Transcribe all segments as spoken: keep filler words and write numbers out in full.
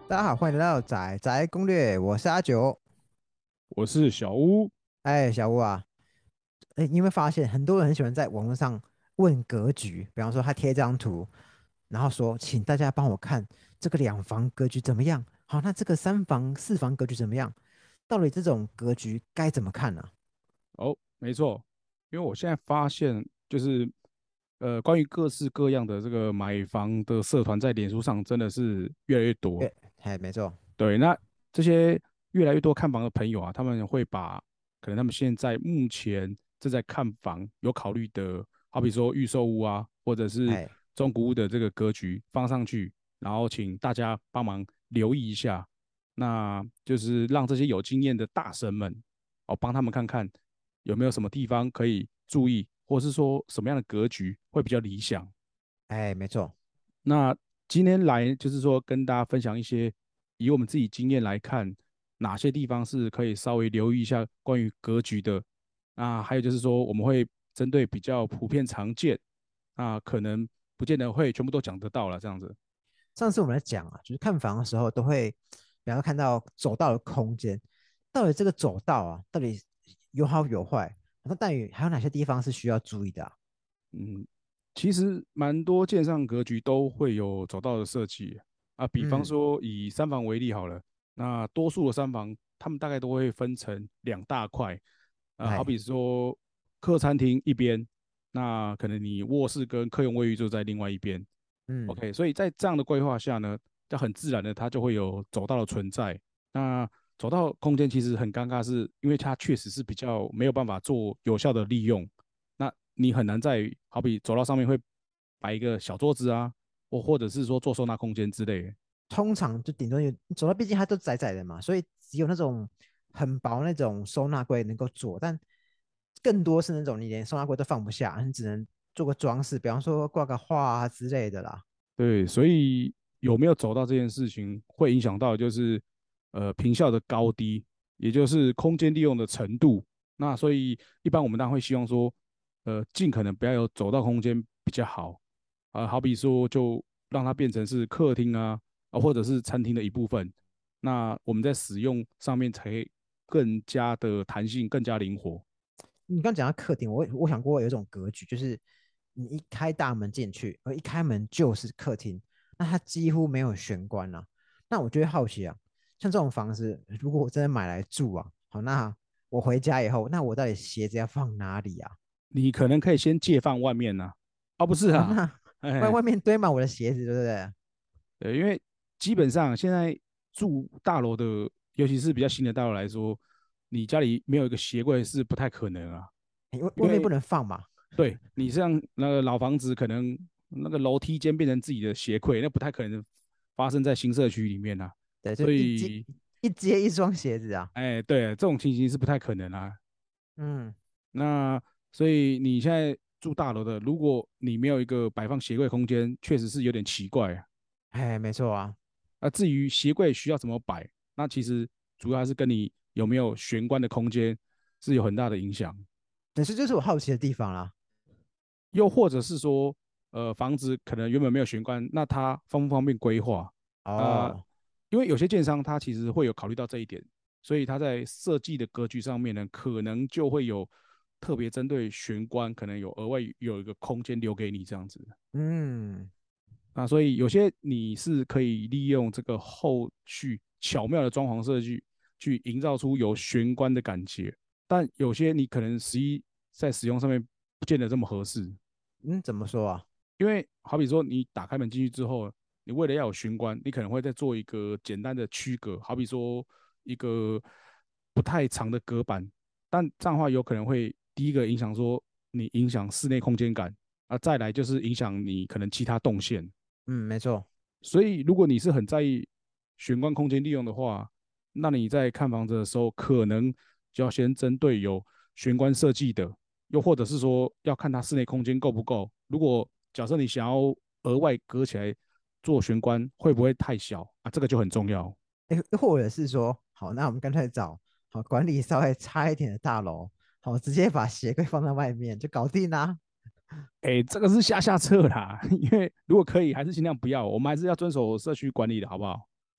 大家好，欢迎来到仔仔攻略，我是阿九。 我是小屋。 哎，小吴啊，哎，你有没有发现很多人很喜欢在网络上问格局？比方说他贴一张图，然后说，请大家帮我看这个两房格局怎么样？好，那这个三房、四房格局怎么样？到底这种格局该怎么看呢、 哦，没错，因为我现在发现，就是呃，关于各式各样的这个买房的社团，在脸书上真的是越来越多。 哎，哎，没错。 对，那这些越来越多看房的朋友啊，他们会把可能他们现在目前正在看房有考虑的，好比说预售屋啊，或者是哎中古屋的这个格局放上去，然后请大家帮忙留意一下，那就是让这些有经验的大神们哦，帮他们看看有没有什么地方可以注意，或是说什么样的格局会比较理想。 哎，没错。 那今天来就是说跟大家分享一些以我们自己经验来看，哪些地方是可以稍微留意一下关于格局的。那还有就是说，我们会针对比较普遍常见，那可能不见得会全部都讲得到了这样子。 上次我们在讲啊，就是看房的时候都会，比方说看到走道的空间，到底这个走道啊，到底有好有坏，那到底还有哪些地方是需要注意的啊？ 嗯，其实蛮多建商格局都会有走道的设计啊，比方嗯， 说以三房为例好了，那多数的三房，他们大概都会分成两大块，啊，好哎， 比说客餐厅一边，那可能你卧室跟客用卫浴就在另外一边。 嗯， OK，所以在这样的规划下呢，就很自然的它就会有走道的存在。那走道空间其实很尴尬，是因为它确实是比较没有办法做有效的利用。那你很难在好比走道上面会摆一个小桌子啊，或或者是说做收纳空间之类的。 通常就顶多有走到，毕竟它都窄窄的嘛，所以只有那种很薄那种收纳柜能够做，但更多是那种你连收纳柜都放不下，你只能做个装饰，比方说挂个画啊之类的啦。 对，所以有没有走到这件事情，会影响到就是呃坪效的高低，也就是空间利用的程度。那所以一般我们当然会希望说，呃，尽可能不要有走到空间比较好啊、好比说就让它变成是客厅啊，啊或者是餐厅的一部分。那我们在使用上面才会更加的弹性，更加灵活。 你刚讲到客厅，我我想过有一种格局，就是你一开大门进去，而一开门就是客厅，那它几乎没有玄关了、那我就会好奇啊，像这种房子，如果我真的买来住啊，好，那我回家以后，那我到底鞋子要放哪里啊？ 你可能可以先借放外面呐、啊，不是啊， 啊， 那外哎， 外面堆满我的鞋子，对不对？ 对，因为基本上现在住大楼的，尤其是比较新的大楼来说，你家里没有一个鞋柜是不太可能啊。 你外外面不因为能放嘛？ 对你像那个老房子，可能那个楼梯间变成自己的鞋柜，那不太可能发生在新社区里面啊。 对，就所一接以， 一接一双鞋子啊。 哎，对，这种情形是不太可能啊。 嗯， 那所以你现在住大楼的，如果你没有一个摆放鞋柜空间，确实是有点奇怪啊。 哎，没错啊。 那至于鞋柜需要怎么摆，那其实主要还是跟你有没有玄关的空间是有很大的影响。 但是就是我好奇的地方啦。 又或者是说，呃，房子可能原本没有玄关，那它方不方便规划啊、呃哦， 因为有些建商他其实会有考虑到这一点，所以他在设计的格局上面呢，可能就会有特别针对玄关，可能有额外有一个空间留给你这样子。 嗯， 那所以有些你是可以利用这个后续巧妙的装潢设计，去营造出有玄关的感觉，但有些你可能实际在使用上面不见得这么合适。 嗯，怎么说啊？ 因为好比说你打开门进去之后，你为了要有玄关，你可能会再做一个简单的区隔，好比说一个不太长的隔板，但这样的话有可能会第一个影响说你影响室内空间感啊，再来就是影响你可能其他动线。 嗯，没错。 所以如果你是很在意玄关空间利用的话，那你在看房子的时候，可能就要先针对有玄关设计的，又或者是说要看它室内空间够不够。如果假设你想要额外隔起来做玄关，会不会太小啊？这个就很重要。 哎，或者是说，好，那我们干脆找好管理稍微差一点的大楼，好，直接把鞋柜放在外面就搞定啦。 哎，这个是下下策啦，因为如果可以，还是尽量不要，我们还是要遵守社区管理的好不好？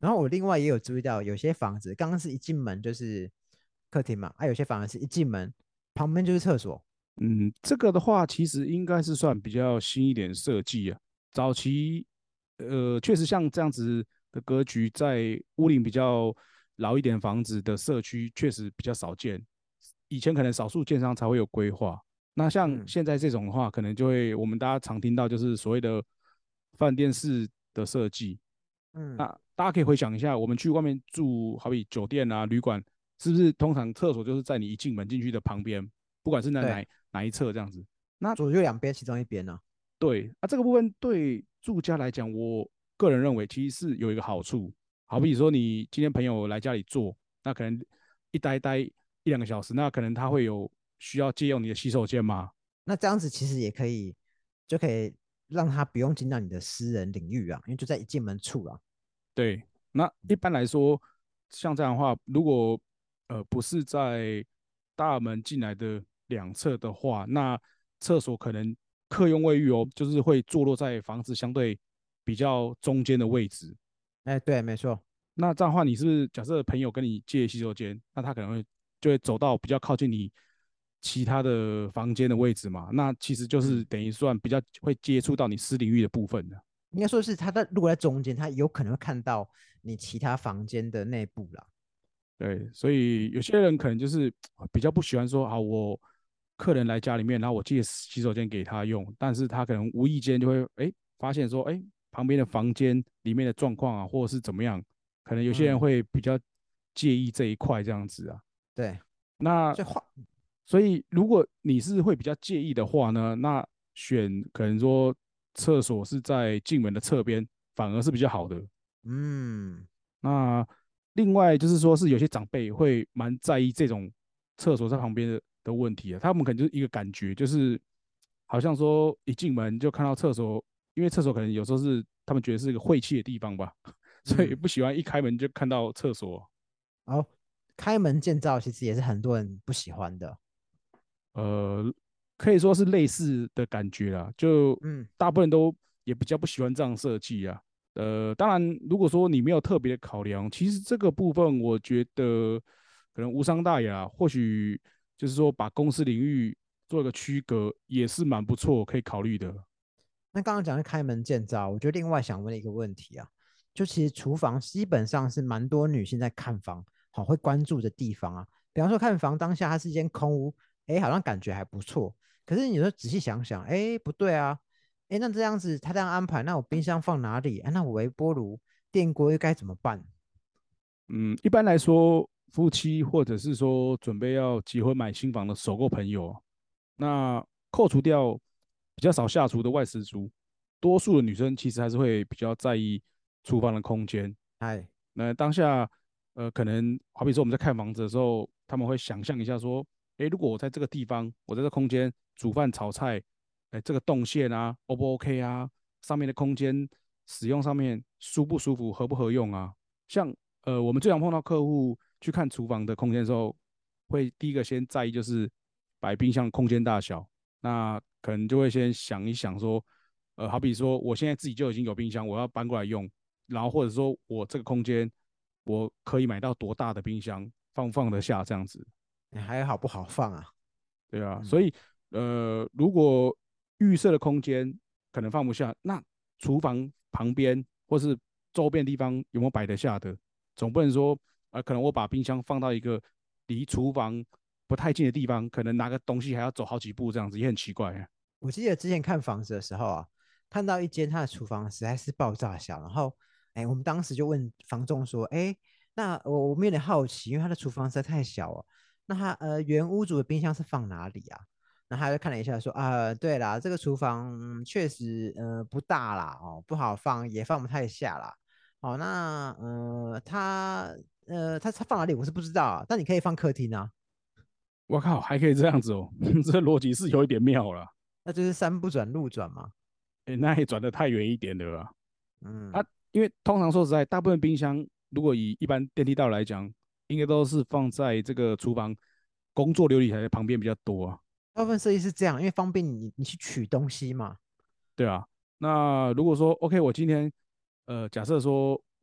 然后我另外也有注意到，有些房子刚刚是一进门就是客厅嘛，啊，有些房子是一进门旁边就是厕所。 嗯，这个的话其实应该是算比较新一点的设计啊。早期，呃，确实像这样子的格局，在屋龄比较老一点房子的社区，确实比较少见。以前可能少数建商才会有规划。那像嗯现在这种的话，可能就会我们大家常听到就是所谓的饭店式的设计。 嗯， 那大家可以回想一下，我们去外面住，好比酒店啊、旅馆，是不是通常厕所就是在你一进门进去的旁边，不管是在对， 哪哪一侧这样子？那左右两边其中一边呢、 对，那、这个部分对住家来讲，我个人认为其实是有一个好处。好比说，你今天朋友来家里做，那可能一待待一两个小时，那可能他会有需要借用你的洗手间嘛？ 那这样子其实也可以，就可以让他不用进到你的私人领域啊，因为就在一进门处啊。 对，那一般来说，像这样的话，如果呃不是在大门进来的两侧的话，那厕所可能客用卫浴哦，就是会坐落在房子相对比较中间的位置。 哎，对，没错。 那这样的话，你是不是假设朋友跟你借洗手间，那他可能会就会走到比较靠近你其他的房间的位置嘛？那其实就是嗯， 等于算比较会接触到你私领域的部分的。 应该说是他在如果在中间，他有可能会看到你其他房间的内部啦。 对，所以有些人可能就是比较不喜欢说，好，我客人来家里面，然后我借洗手间给他用，但是他可能无意间就会哎发现说，哎旁边的房间里面的状况啊，或者是怎么样，可能有些人嗯， 会比较介意这一块这样子啊。 对， 那所以话， 所以如果你是会比较介意的话呢，那选可能说厕所是在进门的侧边，反而是比较好的。 嗯， 那另外就是说，是有些长辈会蛮在意这种厕所在旁边的的问题啊，他们可能就是一个感觉，就是好像说一进门就看到厕所，因为厕所可能有时候是他们觉得是一个晦气的地方吧，所以嗯， 不喜欢一开门就看到厕所。 然后开门见灶其实也是很多人不喜欢的。 呃，可以说是类似的感觉啦，就嗯， 大部分人都也比较不喜欢这样设计啊。呃，当然，如果说你没有特别的考量，其实这个部分我觉得可能无伤大雅，或许就是说把公司领域做一个区隔，也是蛮不错，可以考虑的。 那刚刚讲的开门见灶，我觉得另外想问的一个问题啊，就其实厨房基本上是蛮多女性在看房，好会关注的地方啊。比方说看房当下它是一间空屋，哎，好像感觉还不错。可是你说仔细想想，哎，不对啊，哎，那这样子他这样安排，那我冰箱放哪里？啊，那我微波炉、电锅又该怎么办？ 嗯，一般来说，夫妻或者是说准备要结婚买新房的首购朋友啊，那扣除掉比较少下厨的外食族，多数的女生其实还是会比较在意厨房的空间。 哎， 那当下，呃，可能好比说我们在看房子的时候，他们会想象一下说，诶，如果我在这个地方，我在这空间煮饭炒菜，诶，这个动线啊，O 不 OK 啊？上面的空间使用上面舒不舒服，合不合用啊？像呃，我们最常碰到客户去看厨房的空间的时候，会第一个先在意就是摆冰箱的空间大小，那可能就会先想一想说，呃，好比说我现在自己就已经有冰箱，我要搬过来用，然后或者说我这个空间我可以买到多大的冰箱，放不放得下这样子。 哎还好不好放啊？ 对啊，所嗯， 以呃，如果预设的空间可能放不下，那厨房旁边或是周边地方有没有摆得下的？总不能说，呃，可能我把冰箱放到一个离厨房不太近的地方，可能拿个东西还要走好几步，这样子也很奇怪啊。 我记得之前看房子的时候啊，看到一间他的厨房实在是爆炸小，然后，哎，我们当时就问房仲说，哎，那我我们有点好奇，因为他的厨房实在太小了，那他呃原屋主的冰箱是放哪里啊？然后他就看了一下说，啊，对啦，这个厨房嗯确实呃不大啦，哦，不好放，也放不太下啦。哦，那呃他呃他他放哪里我是不知道啊，但你可以放客厅啊， 我靠，还可以这样子哦，这逻辑是有一点妙了。 那就是山不转路转嘛。 哎，那也转得太远一点了啊。啊， 嗯， 因为通常说实在，大部分冰箱如果以一般电梯道来讲，应该都是放在这个厨房工作琉璃台的旁边比较多啊。 大部分设计是这样，因为方便你你去取东西嘛。 对啊，那如果说 OK，我今天呃，假设说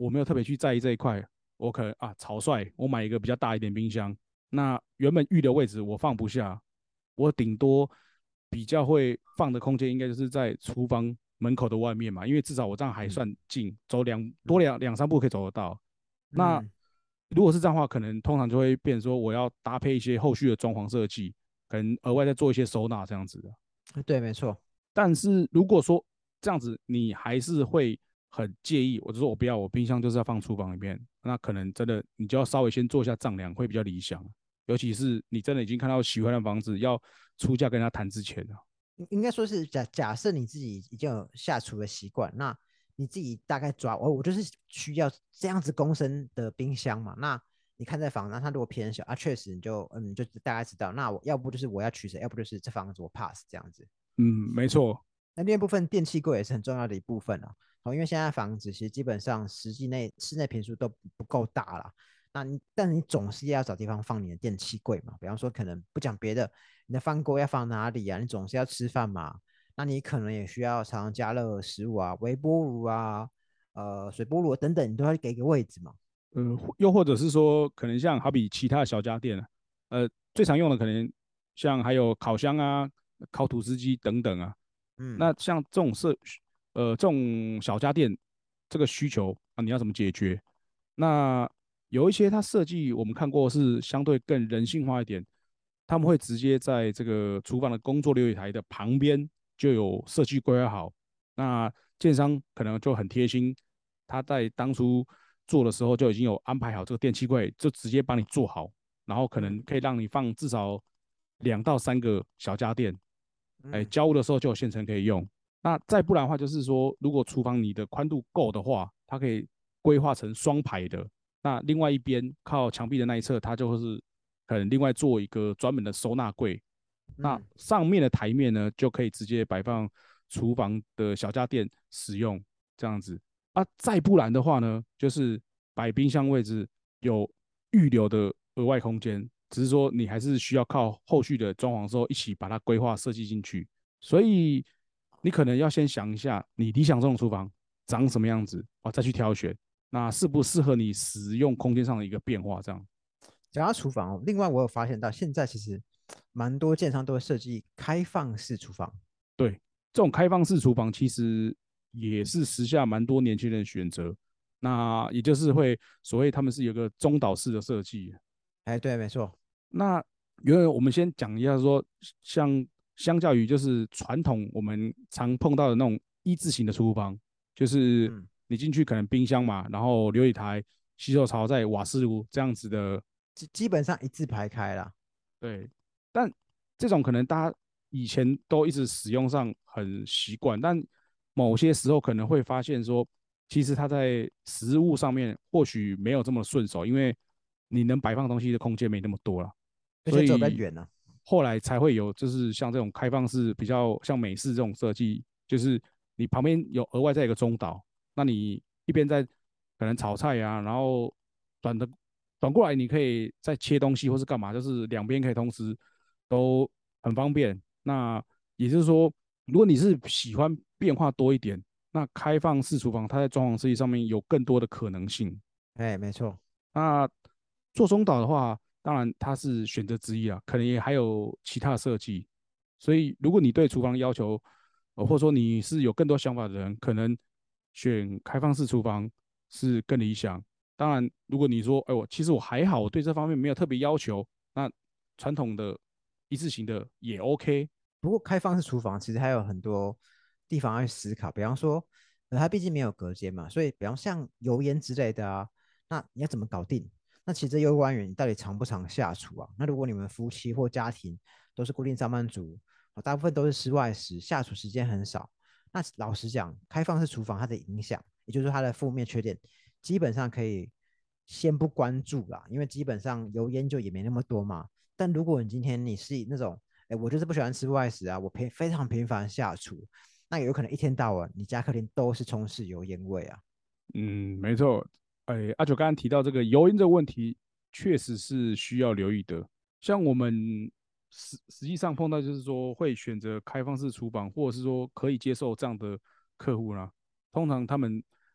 我没有特别去在意这一块，我可能啊草率，我买一个比较大一点冰箱，那原本预留位置我放不下，我顶多比较会放的空间应该就是在厨房门口的外面嘛，因为至少我这样还嗯算近，走两多嗯两两三步可以走得到。那嗯， 如果是这样的话，可能通常就会变成说我要搭配一些后续的装潢设计，可能额外再做一些收纳这样子的。 对，没错。 但是如果说这样子你还是会很介意，我就说我不要，我冰箱就是要放厨房里面，那可能真的你就要稍微先做一下丈量，会比较理想。尤其是你真的已经看到喜欢的房子，要出价跟他谈之前啊。 应应该说是假假设你自己已经有下厨的习惯，那你自己大概抓我我就是需要这样子公升的冰箱嘛，那你看这房，那它如果偏小啊，确实你就嗯你就大概知道，那我要不就是我要取舍，要不就是这房子我 pass 这样子。 嗯，没错。 那另一部分电器柜也是很重要的一部分啊。好，因为现在房子其实基本上实际内室内平数都不够大啦。那你但你总是要找地方放你的电器柜嘛。比方说，可能不讲别的，你的饭锅要放哪里啊？你总是要吃饭嘛。那你可能也需要常常加热食物啊，微波炉啊，呃，水波炉等等，你都要给个位置嘛。 呃，又或者是说，可能像好比其他的小家电啊，呃，最常用的可能像还有烤箱啊、烤吐司机等等啊。 嗯那像这种设呃这种小家电这个需求啊，你要怎么解决？那有一些它设计我们看过是相对更人性化一点，他们会直接在这个厨房的工作流理台的旁边就有设计规划好。那建商可能就很贴心，他在当初做的时候就已经有安排好这个电器柜，就直接帮你做好，然后可嗯能可以让你放至少两到三个小家电，哎， 嗯交屋的时候就有现成可以用。那再不然的话，就是说，如果厨房你的宽度够的话，它可以规划成双排的。那另外一边靠墙壁的那一侧，它就是可能另外做一个专门的收纳柜。那嗯， 上面的台面呢，就可以直接摆放厨房的小家电使用，这样子。啊，再不然的话呢，就是摆冰箱位置有预留的额外空间，只是说你还是需要靠后续的装潢之后一起把它规划设计进去。所以你可能要先想一下，你理想中的厨房长什么样子啊，再去挑选，那适不适合你使用空间上的一个变化，这样。 讲到厨房哦，另外我有发现到现在其实蛮多建商都会设计开放式厨房。 对，这种开放式厨房其实也是时下蛮多年轻人的选择。那也就是会所谓他们是有个中岛式的设计。 哎，对，没错。 那原来我们先讲一下说，像相较于就是传统我们常碰到的那种一字形的厨房，就是嗯， 你进去可能冰箱嘛，然后琉璃台、洗手槽在瓦斯炉这样子的。 基基本上一字排开啦。 对，但这种可能大家以前都一直使用上很习惯，但某些时候可能会发现说，其实它在食物上面或许没有这么顺手，因为你能摆放东西的空间没那么多了。 而且走比较所以远呢、 后来才会有就是像这种开放式比较像美式这种设计，就是你旁边有额外再一个中岛，那你一边在可能炒菜啊，然后转的转过来，你可以再切东西或是干嘛，就是两边可以同时都很方便。那也就是说，如果你是喜欢变化多一点，那开放式厨房它在装潢设计上面有更多的可能性。 哎，没错。 那做中岛的话，当然它是选择之一啊，可能也还有其他的设计。所以，如果你对厨房要求，呃，或者说你是有更多想法的人，可能选开放式厨房是更理想。当然，如果你说，哎，我其实我还好，我对这方面没有特别要求，那传统的一字形的也 OK。 不过开放式厨房其实还有很多地方要去思考，比方说，呃，它毕竟没有隔间嘛，所以比方像油烟之类的啊，那你要怎么搞定？那其实这攸关于你到底常不常下厨啊？那如果你们夫妻或家庭都是固定上班族，啊，大部分都是室外食，下厨时间很少，那老实讲，开放式厨房它的影响，也就是说它的负面缺点，基本上可以先不关注啦，因为基本上油烟就也没那么多嘛。但如果你今天你是那种哎，我就是不喜欢吃外食啊，我频非常频繁下厨，那有可能一天到晚你家客厅都是充斥油烟味啊。 嗯，没错。哎，阿九刚刚提到这个油烟这个问题，确实是需要留意的。像我们实实际上碰到，就是说会选择开放式厨房，或者是说可以接受这样的客户呢，通常他们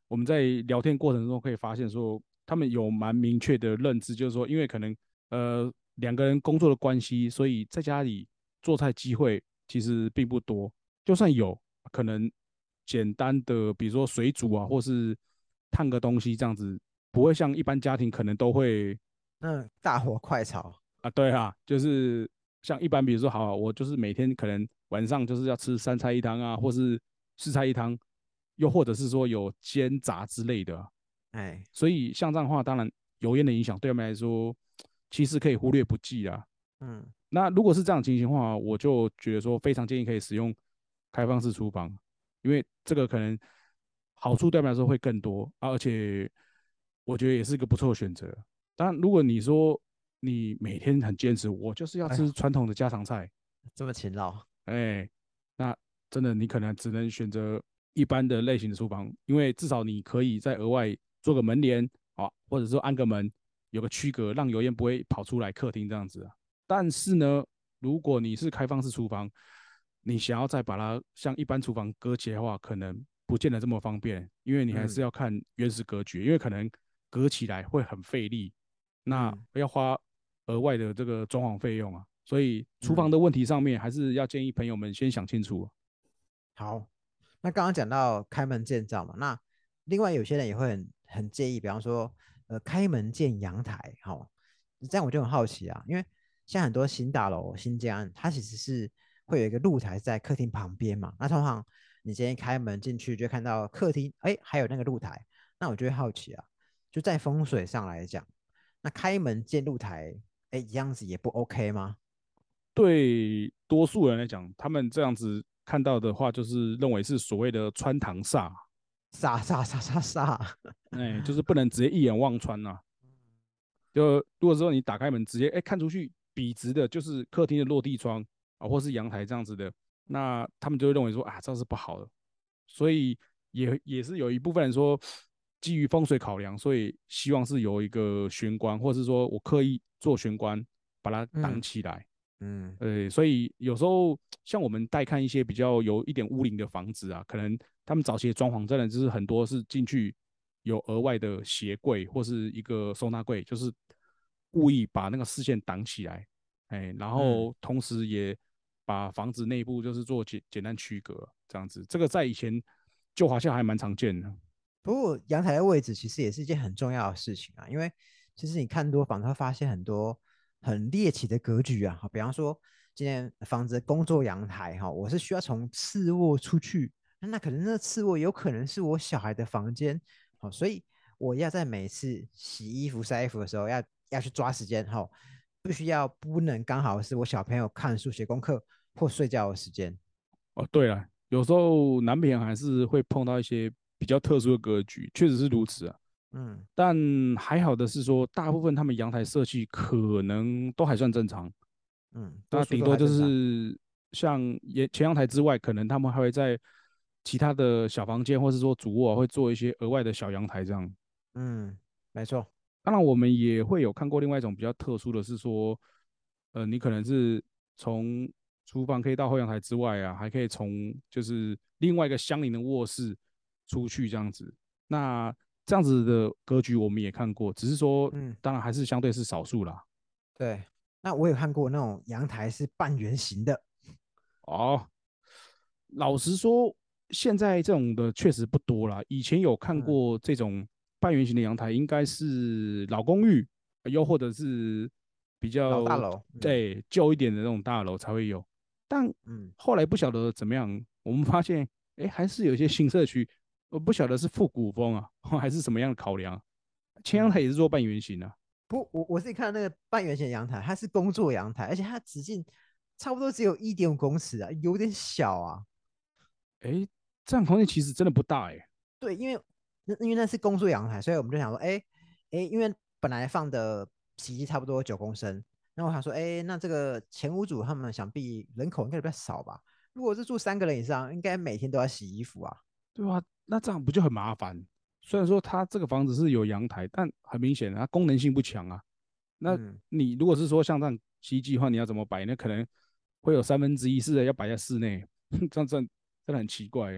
我们在聊天过程中可以发现说，他们有蛮明确的认知，就是说，因为可能呃两个人工作的关系，所以在家里做菜机会其实并不多，就算有，可能简单的比如说水煮啊，或是烫个东西这样子，不会像一般家庭可能都会那大火快炒。 啊，对啊，就是像一般，比如说，好啊我就是每天可能晚上就是要吃三菜一汤啊，或是四菜一汤，又或者是说有煎炸之类的啊， 哎， 所以像这样的话，当然油烟的影响对他们来说，其实可以忽略不计啊。 嗯那如果是这样的情形的话，我就觉得说非常建议可以使用开放式厨房，因为这个可能好处对他们来说会更多啊，而且我觉得也是一个不错的选择。当然，如果你说你每天很坚持，我就是要哎呦， 吃传统的家常菜， 这么勤劳。 哎，那真的你可能只能选择一般的类型的厨房，因为至少你可以再额外做个门帘啊，或者说安个门，有个区隔，让油烟不会跑出来客厅这样子啊。但是呢，如果你是开放式厨房，你想要再把它像一般厨房隔起来的话，可能不见得这么方便，因为你还是嗯要看原始格局，因为可能隔起来会很费力，那嗯要花额外的这个装潢费用啊。所以厨房嗯， 的问题上面，还是要建议朋友们先想清楚啊。 好。那刚刚讲到开门见灶嘛，那另外有些人也会很很介意，比方说，呃，开门见阳台，好、这样我就很好奇啊，因为像很多新大楼、新建案，它其实是会有一个露台在客厅旁边嘛。那通常你今天开门进去就看到客厅，哎，还有那个露台，那我就会好奇啊，就在风水上来讲，那开门见露台，哎，这样子也不 OK 吗？ 对多数人来讲，他们这样子看到的话，就是认为是所谓的穿堂煞， 杀杀杀杀杀， 哎，就是不能直接一眼望穿呐、啊。就如果说你打开门直接哎看出去笔直的，就是客厅的落地窗啊，或是阳台这样子的，那他们就会认为说啊这样是不好的，所以也也是有一部分人说，基于风水考量，所以希望是有一个玄关，或是说我刻意做玄关把它挡嗯起来。 嗯呃，所以有时候像我们带看一些比较有一点屋龄的房子啊，可能他们早期的装潢真的就是很多是进去有额外的鞋柜或是一个收纳柜，就是故意把那个视线挡起来，哎，然嗯。 后同时也把房子内部就是做简简单区隔这样子，这个在以前旧华夏还蛮常见的。 不过阳台的位置其实也是一件很重要的事情啊，因为其实你看多房，会发现很多很猎奇的格局啊。比方说，今天房子的工作阳台哈，我是需要从次卧出去，那那可能那次卧有可能是我小孩的房间，好，所以我要在每次洗衣服、晒衣服的时候要要去抓时间哈，必须要不能刚好是我小朋友看书、写功课或睡觉的时间。 哦，对了，有时候难免还是会碰到一些比较特殊的格局，确实是如此啊。 嗯但还好的是说，大部分他们阳台设计可能都还算正常。 嗯，多那数顶多就都还正常。 是像前前阳台之外，可能他们还会在其他的小房间，或是说主卧啊会做一些额外的小阳台这样。 嗯，没错。 当然，我们也会有看过另外一种比较特殊的是说，呃，你可能是从厨房可以到后阳台之外啊，还可以从就是另外一个相邻的卧室出去这样子。那这样子的格局我们也看过，只是说嗯。 当然还是相对是少数啦。 对，那我有看过那种阳台是半圆形的。 哦，老实说，现在这种的确实不多啦。以前有看嗯， 过这种半圆形的阳台，应该是老公寓，又或者是比较老大楼。嗯对旧一点的那种大楼才会有。但嗯后来不晓得怎么样，我们发现，哎，还是有一些新社区，我不晓得是复古风啊，还是什么样的考量，前阳台嗯。 也是做半圆形啊。 不，我我自己看到那个半圆形的阳台，它是工作阳台，而且它直径差不多只有一点五公尺啊，有点小啊。 哎，这样空间其实真的不大哎。 对，因为那因为那是工作阳台，所以我们就想说，哎哎，因为本来放的洗衣机差不多九公升，那我想说，哎，那这个前屋主他们想必人口应该比较少吧？如果是住三个人以上，应该每天都要洗衣服啊。 对吧？那这样不就很麻烦？虽然说它这个房子是有阳台，但很明显它功能性不强啊。那嗯。 你如果是说像这样洗衣机的话，你要怎么摆？那可能会有三分之一是要摆在室内，这样这样真的很奇怪。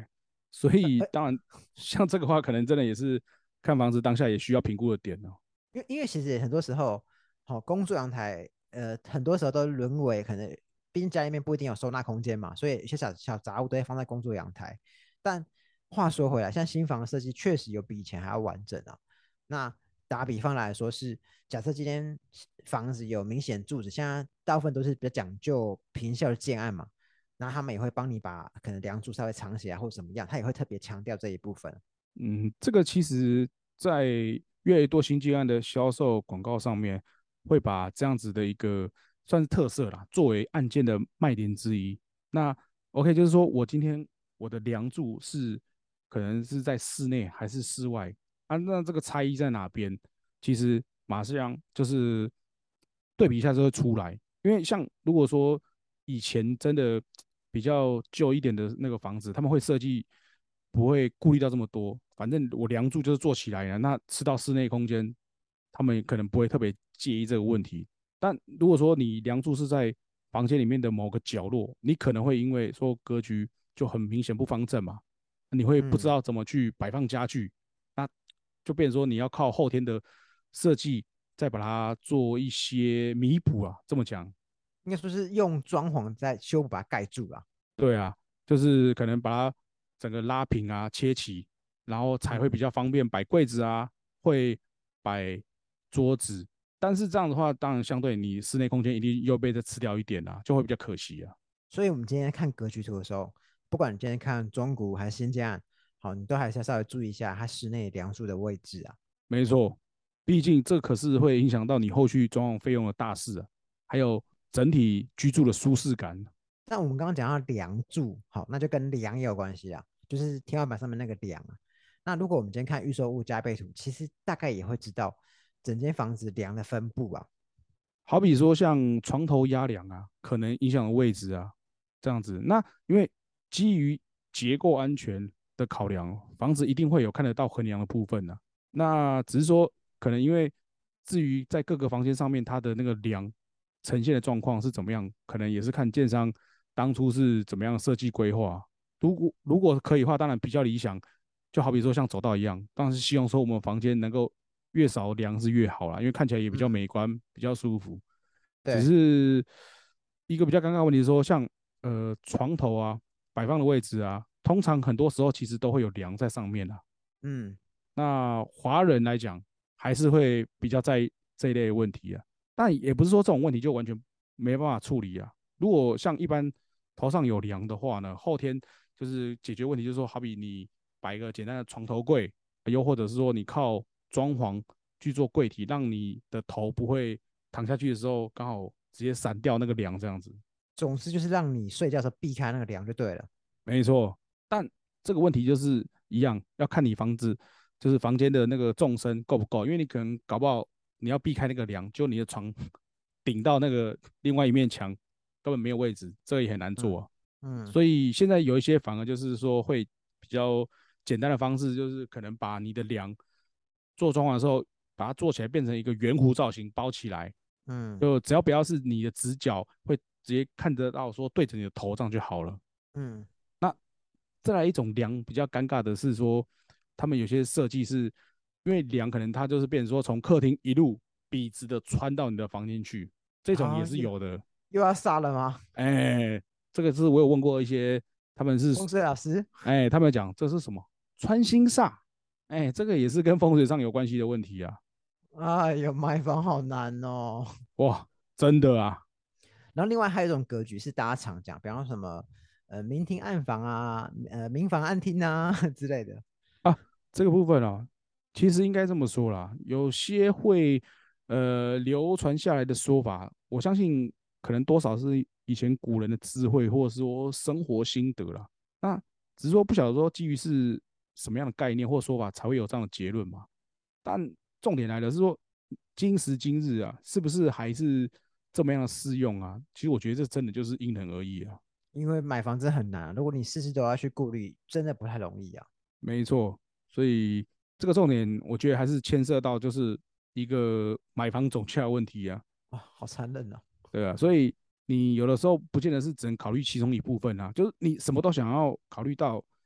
所以当然像这个话，可能真的也是看房子当下也需要评估的点哦。 因为因为其实很多时候，好、工作阳台，呃，很多时候都沦为可能，毕竟家里面不一定有收纳空间嘛，所以有些小小杂物都会放在工作阳台。但话说回来，像新房的设计确实有比以前还要完整啊。那打比方来说是，假设今天房子有明显柱子，现在大部分都是比较讲究平效的建案嘛，那他们也会帮你把可能梁柱稍微藏起来或怎么样，他也会特别强调这一部分。 嗯，这个其实在越来越多新建案的销售广告上面，会把这样子的一个算是特色啦，作为案件的卖点之一。那 OK，就是说我今天我的梁柱是可能是在室内还是室外啊？那这个差异在哪边？其实马上就是对比一下就会出来。因为像如果说以前真的比较旧一点的那个房子，他们会设计不会顾虑到这么多，反正我梁柱就是做起来了，那吃到室内空间，他们可能不会特别介意这个问题。但如果说你梁柱是在房间里面的某个角落，你可能会因为说格局就很明显不方正嘛，你会不知嗯， 道怎么去摆放家具，那就变成说你要靠后天的设计再把它做一些弥补啊，这么讲。 应该说是用装潢在修补把它盖住啊。 对啊，就是可能把它整个拉平啊、切齐，然后才会比嗯， 较方便摆柜子啊，会摆桌子。但是这样的话，当然相对你室内空间一定又被这吃掉一点啊，就会比较可惜啊。 所以我们今天看格局图的时候，不管你今天看中古还是新建案，好，你都还是要稍微注意一下它室内梁柱的位置啊。 没错，毕竟这可是会影响到你后续装潢费用的大事啊，还有整体居住的舒适感。 但我们刚刚讲到梁柱，好，那就跟梁也有关系啊，就是天花板上面那个梁啊。那如果我们今天看预售物加倍图，其实大概也会知道整间房子梁的分布啊。 好比说像床头压梁啊，可能影响的位置啊，这样子。那因为基于结构安全的考量，房子一定会有看得到横梁的部分呢、啊。那只是说，可能因为至于在各个房间上面它的那个梁呈现的状况是怎么样，可能也是看建商当初是怎么样设计规划。如果如果可以的话，当然比较理想，就好比说像走道一样，当然是希望说我们房间能够越少梁是越好啦，因为看起来也比较嗯， 美观，比较舒服。只对， 是一个比较尴尬的问题是说，像呃床头啊摆放的位置啊，通常很多时候其实都会有梁在上面啊。 嗯， 那华人来讲，还是会比较在意这一类的问题啊。但也不是说这种问题就完全没办法处理啊。如果像一般头上有梁的话呢，后天就是解决问题，就是说，好比你摆一个简单的床头柜，又或者是说你靠装潢去做柜体，让你的头不会躺下去的时候刚好直接散掉那个梁这样子。 总之就是让你睡觉的时候避开那个梁就对了。 没错，但这个问题就是一样，要看你房子就是房间的那个纵深够不够，因为你可能搞不好你要避开那个梁，就你的床顶到那个另外一面墙，根本没有位置，这个也很难做嗯啊。 嗯， 所以现在有一些反而就是说会比较简单的方式，就是可能把你的梁做装潢的时候，把它做起来变成一个圆弧造型包起来， 嗯就只要不要是你的直角会直接看得到说对着你的头这样就好了。 嗯， 那再来一种梁比较尴尬的是说，他们有些设计是因为梁可能它就是变成说从客厅一路笔直的穿到你的房间去，这种也好，又是有的。 又要杀了吗？ 哎，这个是我有问过一些，他们是风水老师， 哎，他们讲这是什么穿心煞，哎，这个也是跟风水上有关系的问题啊。 哎呦，买房好难哦。 哇，真的啊。 然后另外还有一种格局是大家常讲，比方说什么呃明厅暗房啊，呃明房暗厅啊之类的。 啊，这个部分啊，其实应该这么说啦，有些会呃流传下来的说法，我相信可能多少是以前古人的智慧，或者说生活心得啦。那只是说不晓得说基于是什么样的概念或说法才会有这样的结论嘛。但重点来了是说，今时今日啊，是不是还是这么样的适用啊？其实我觉得这真的就是因人而异啊。 因为买房真的很难啊，如果你事事都要去顾虑，真的不太容易啊。 没错，所以这个重点，我觉得还是牵涉到就是一个买房总价的问题啊， 啊，好残忍啊。 对啊，所以你有的时候不见得是只能考虑其中一部分啊，就是你什么都想要考虑到，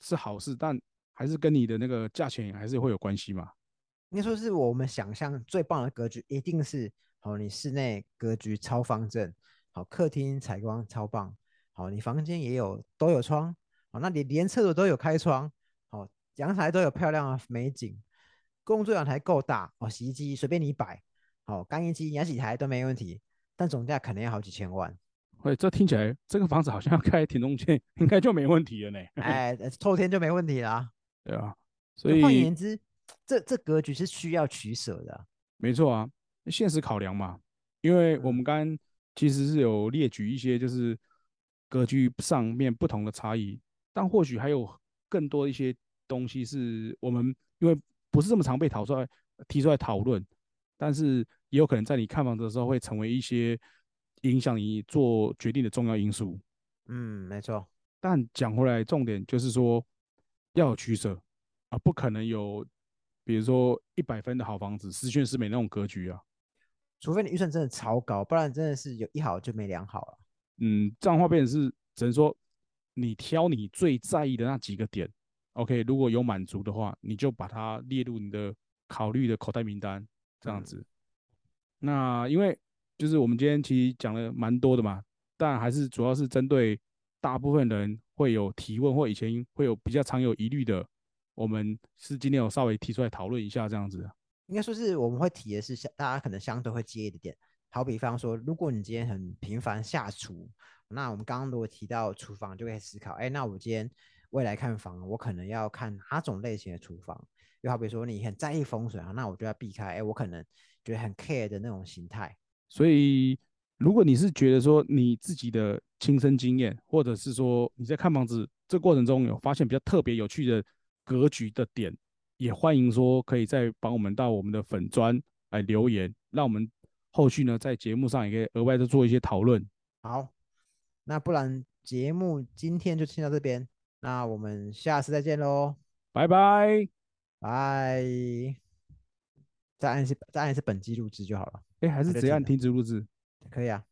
是好事，但还是跟你的那个价钱还是会有关系嘛。 应该说是我们想象最棒的格局，一定是好，你室内格局超方正，好，客厅采光超棒，好，你房间也有都有窗，好，那你连厕所都有开窗，好，阳台都有漂亮的美景，工作阳台够大，哦，洗衣机随便你摆，好，干衣机、牙洗台都没问题，但总价可能要好几千万， 会，这听起来这个房子好像要开田中线，应该就没问题了呢。 哎，呃透天就没问题啦。 对啊，所就换以言之，这这格局是需要取舍的啊。 没错啊，现实考量嘛，因为我们嗯刚刚其实是有列举一些就是格局上面不同的差异，但或许还有更多一些东西是我们因为不是这么常被讨出来提出来讨论，但是也有可能在你看房子的时候会成为一些影响你做决定的重要因素。 嗯，没错。 但讲回来，重点就是说要有取舍啊，不可能有比如说一百分的好房子，十全十美那种格局啊。 除非你预算真的超高，不然真的是有一好就没两好了。 嗯，这样的话变成是只能说你挑你最在意的那几个点，OK，如果有满足的话，你就把它列入你的考虑的口袋名单，这样嗯， 子。那因为就是我们今天其实讲了蛮多的嘛，但还是主要是针对大部分人会有提问或以前会有比较常有疑虑的，我们是今天有稍微提出来讨论一下这样子。 应该说是我们会提的是相大家可能相对会介意的点。好比方说，如果你今天很频繁下厨，那我们刚刚如果提到厨房，就可以思考，哎，那我今天未来看房，我可能要看哪种类型的厨房？又好比说你很在意风水啊，那我就要避开，哎，我可能觉得很 care 的那种形态。 所以，如果你是觉得说你自己的亲身经验，或者是说你在看房子这过程中有发现比较特别有趣的格局的点，也欢迎说可以再帮我们到我们的粉砖来留言，让我们后续呢在节目上也可以额外的做一些讨论。 好，那不然节目今天就先到这边，那我们下次再见喽， 拜拜。 拜。再按一次再按一次本机录制就好了， 哎，还是直接按它就停了。 停止录制。 可以啊。